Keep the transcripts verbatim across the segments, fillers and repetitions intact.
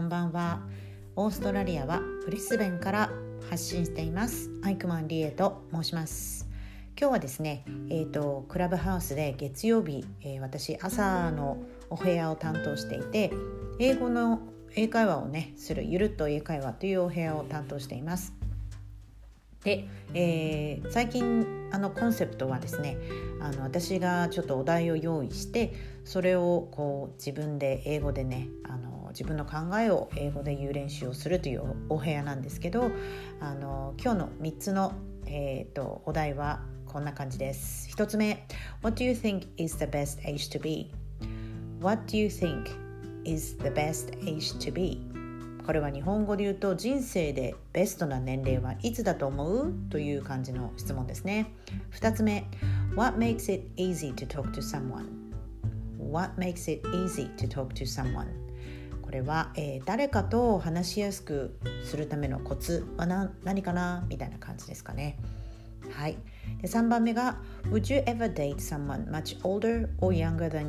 んばんは。オーストラリアはブリスベンから発信していますアイクマンリエと申します。今日はですね、えーと、クラブハウスで月曜日、えー、私朝のお部屋を担当していて、英語の英会話をねするゆるっと英会話というお部屋を担当しています。で、えー、最近あのコンセプトはですね、あの私がちょっとお題を用意して、それをこう自分で英語でね、あの自分の考えを英語で言う練習をするというお部屋なんですけど、あの今日のみっつの、えー、とお題はこんな感じです。ひとつめ、 What do you think is the best age to be? What do you think is the best age to be?これは日本語で言うと、人生でベストな年齢はいつだと思うという感じの質問ですね。ふたつめ、 What makes it easy to talk to someone? What makes it easy to talk to someone? これは、えー、誰かと話しやすくするためのコツはな何かなみたいな感じですかね。はい。でさんばんめが Would you ever date someone much older or younger than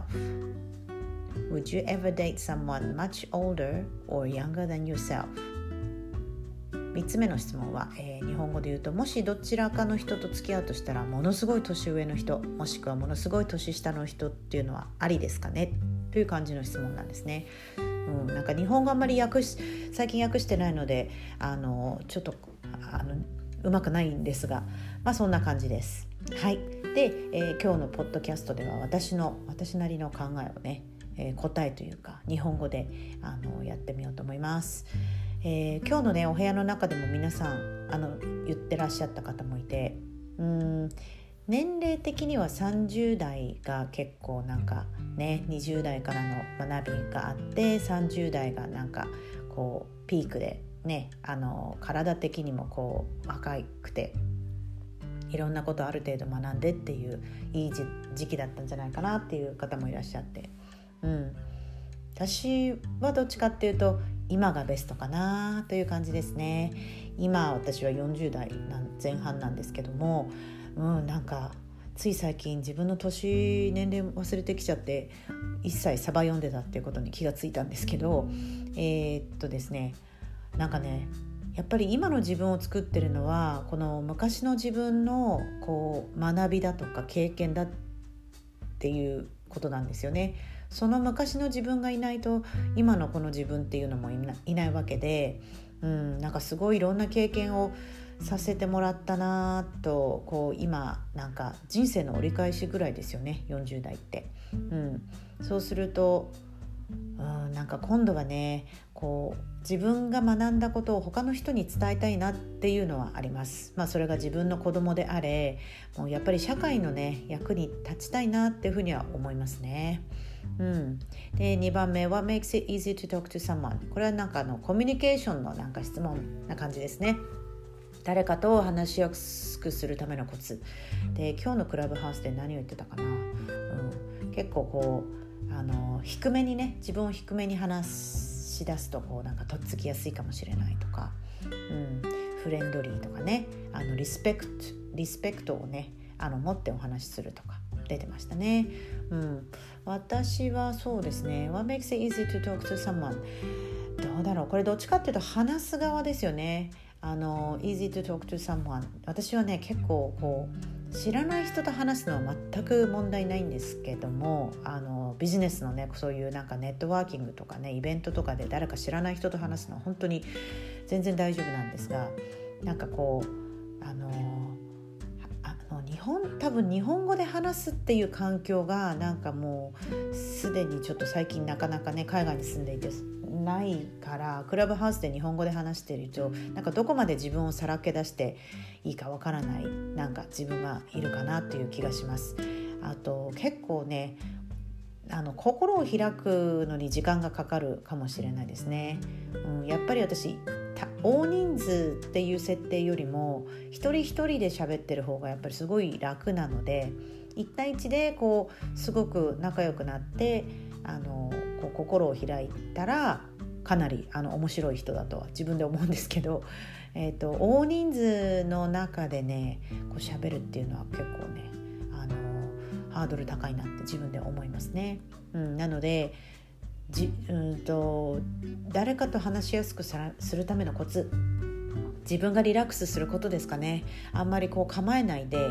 yourself?Would you ever date someone much older or younger than yourself? みっつめの質問は、えー、日本語で言うと、もしどちらかの人と付き合うとしたら、ものすごい年上の人、もしくはものすごい年下の人っていうのはありですかねという感じの質問なんですね。うん、なんか日本語あんまり訳し最近訳してないので、あのちょっとあのうまくないんですが、まあそんな感じです。はい。で、えー、今日のポッドキャストでは私の私なりの考えをね、えー、答えというか日本語であのやってみようと思います。えー、今日のねお部屋の中でも皆さんあの言ってらっしゃった方もいて、うーん年齢的にはさんじゅう代が結構なんかね、にじゅう代からの学びがあって、さんじゅう代がなんかこうピークでね、あの体的にもこう若くていろんなことある程度学んでっていういい時期だったんじゃないかなっていう方もいらっしゃって、うん、私はどっちかっていうと今がベストかなという感じですね。今私はよんじゅう代前半なんですけども、うん、なんかつい最近自分の年年齢忘れてきちゃって、一切サバ読んでたっていうことに気がついたんですけど、えー、っとですねなんかねやっぱり今の自分を作ってるのは、この昔の自分のこう学びだとか経験だっていうことなんですよね。その昔の自分がいないと今のこの自分っていうのもい な, いないわけで、うん、なんかすごいいろんな経験をさせてもらったなと、こう今なんか人生の折り返しぐらいですよね、よんじゅう代って、うん、そうすると、うん、なんか今度はねこう自分が学んだことを他の人に伝えたいなっていうのはあります。まあそれが自分の子供であれ、もうやっぱり社会のね役に立ちたいなっていうふうには思いますね。うん、でにばんめ What makes it easy to talk to someone? これはなんかあのコミュニケーションのなんか質問な感じですね。誰かと話しやすくするためのコツで、今日のクラブハウスで何を言ってたかな、うん、結構こうあの低めにね、自分を低めに話し出すとこうなんかとっつきやすいかもしれないとか、うん、フレンドリーとかね、あのリスペクトリスペクトをねあの持ってお話しするとか出てましたね。うん、私はそうですね What makes it easy to talk to someone? どうだろう、これどっちかっていうと話す側ですよね。あの easy to talk to someone、 私はね結構こう知らない人と話すのは全く問題ないんですけども、あのビジネスのねそういうなんかネットワーキングとかねイベントとかで誰か知らない人と話すのは本当に全然大丈夫なんですが、なんかこうあのあの日本多分日本語で話すっていう環境がなんかもうすでにちょっと最近なかなかね海外に住んでいてないから、クラブハウスで日本語で話しているとなんかどこまで自分をさらけ出していいかわからない、なんか自分がいるかなという気がします。あと結構ねあの心を開くのに時間がかかるかもしれないですね。うん、やっぱり私大人数っていう設定よりも一人一人で喋ってる方がやっぱりすごい楽なので、一対一でこうすごく仲良くなってあのこう心を開いたらかなりあの面白い人だとは自分で思うんですけど、えーと、大人数の中でねこう喋るっていうのは結構ねあのハードル高いなって自分で思いますね。うん、なのでじうんと誰かと話しやすくするためのコツ、自分がリラックスすることですかね。あんまりこう構えないで、うん、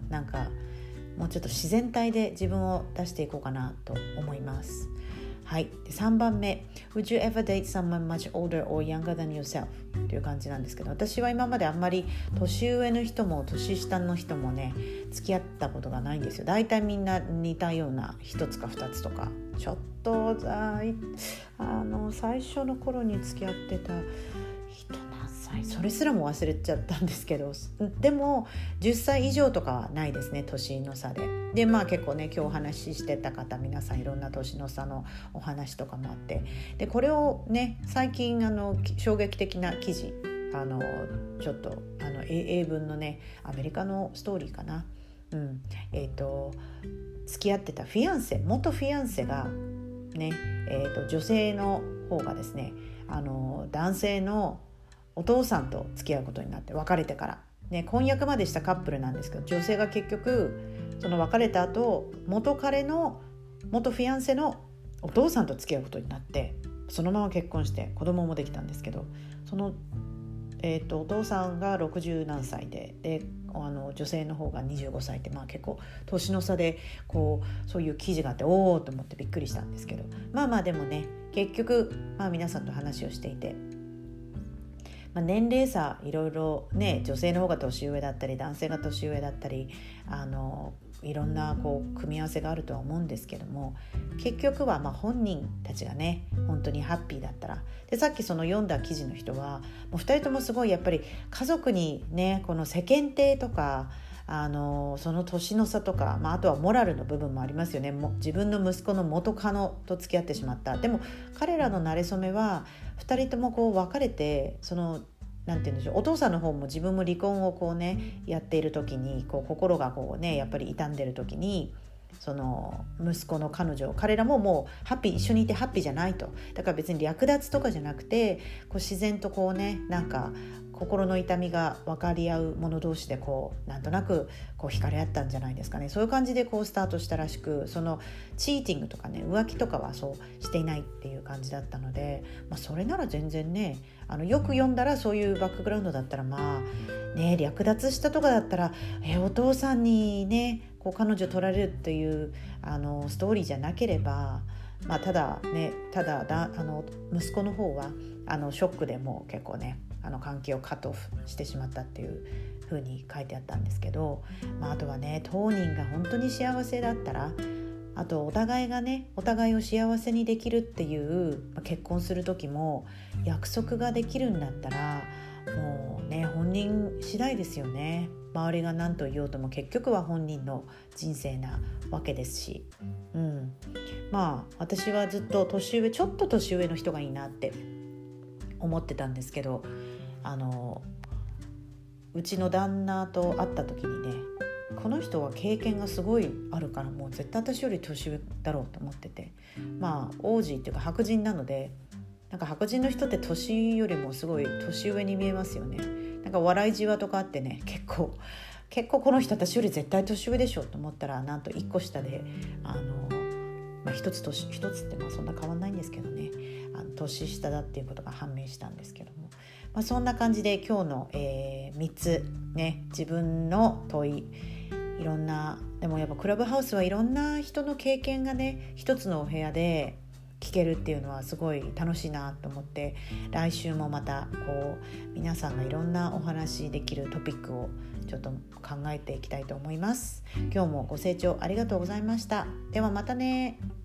なんかもうちょっと自然体で自分を出していこうかなと思います。はい、でさんばんめ Would you ever date someone much older or younger than yourself? という感じなんですけど、私は今まであんまり年上の人も年下の人もね付き合ったことがないんですよ。だいたいみんな似たような一つか二つとか、ちょっとああの最初の頃に付き合ってた人何歳、それすらも忘れちゃったんですけど、でもじゅっさい以上とかはないですね、年の差で。でまあ結構ね今日お話ししてた方皆さんいろんな年の差のお話とかもあって、でこれをね最近あの衝撃的な記事、あのちょっとあの英文のねアメリカのストーリーかな、うんえーと付き合ってたフィアンセ元フィアンセがね、えーと女性の方がですねあの男性のお父さんと付き合うことになって、別れてからね婚約までしたカップルなんですけど、女性が結局その別れた後元彼の元フィアンセのお父さんと付き合うことになって、そのまま結婚して子供もできたんですけど、その、えーと、お父さんがろくじゅうなんさいで、であの女性の方がにじゅうごさいって、まあ、結構年の差でこうそういう記事があって、おーと思ってびっくりしたんですけど、まあまあでもね結局、まあ、皆さんと話をしていて、まあ、年齢差いろいろね、女性の方が年上だったり男性が年上だったり、あのいろんなこう組み合わせがあるとは思うんですけども、結局はまあ本人たちがね本当にハッピーだったら、でさっきその読んだ記事の人はもうふたりともすごいやっぱり家族にねこの世間体とかあのその年の差とか、まあ、あとはモラルの部分もありますよね。も自分の息子の元カノと付き合ってしまった。でも彼らの馴れ初めはふたりともこう別れて、そのなんて言うんでしょう、お父さんの方も自分も離婚をこうねやっている時にこう心がこうねやっぱり傷んでる時に、その息子の彼女、彼らももうハッピー、一緒にいてハッピーじゃないと。だから別に略奪とかじゃなくて、こう自然とこうねなんか心の痛みが分かり合う者同士でこうなんとなくこう惹かれ合ったんじゃないですかね。そういう感じでこうスタートしたらしく、そのチーティングとかね浮気とかはそうしていないっていう感じだったので、まあ、それなら全然ね、あのよく読んだらそういうバックグラウンドだったら、まあね略奪したとかだったらえお父さんにねこう彼女取られるっていうあのストーリーじゃなければ、まあ、ただねただだあの息子の方はあのショックでもう結構ねあの関係をカットオフしてしまったっていう風に書いてあったんですけど、まあ、あとはね当人が本当に幸せだったら、あとお互いがねお互いを幸せにできるっていう、まあ、結婚する時も約束ができるんだったらもうね本人次第ですよね。周りが何と言おうとも結局は本人の人生なわけですし、うん、まあ私はずっと年上ちょっと年上の人がいいなって思ってたんですけど、あのうちの旦那と会った時にね、この人は経験がすごいあるからもう絶対私より年上だろうと思ってて、まあ王子っていうか白人なので、なんか白人の人って年よりもすごい年上に見えますよね。なんか笑いじわとかあってね、結構結構この人私より絶対年上でしょと思ったら、なんといっこ下であの、まあ、一つ年一つってまあそんな変わんないんですけどね、あの年下だっていうことが判明したんですけども、まあ、そんな感じで今日の、えー、みっつね、自分の問い、いろんな、でもやっぱクラブハウスはいろんな人の経験がね一つのお部屋で聞けるっていうのはすごい楽しいなと思って、来週もまたこう皆さんがいろんなお話できるトピックをちょっと考えていきたいと思います。今日もご清聴ありがとうございました。ではまたね。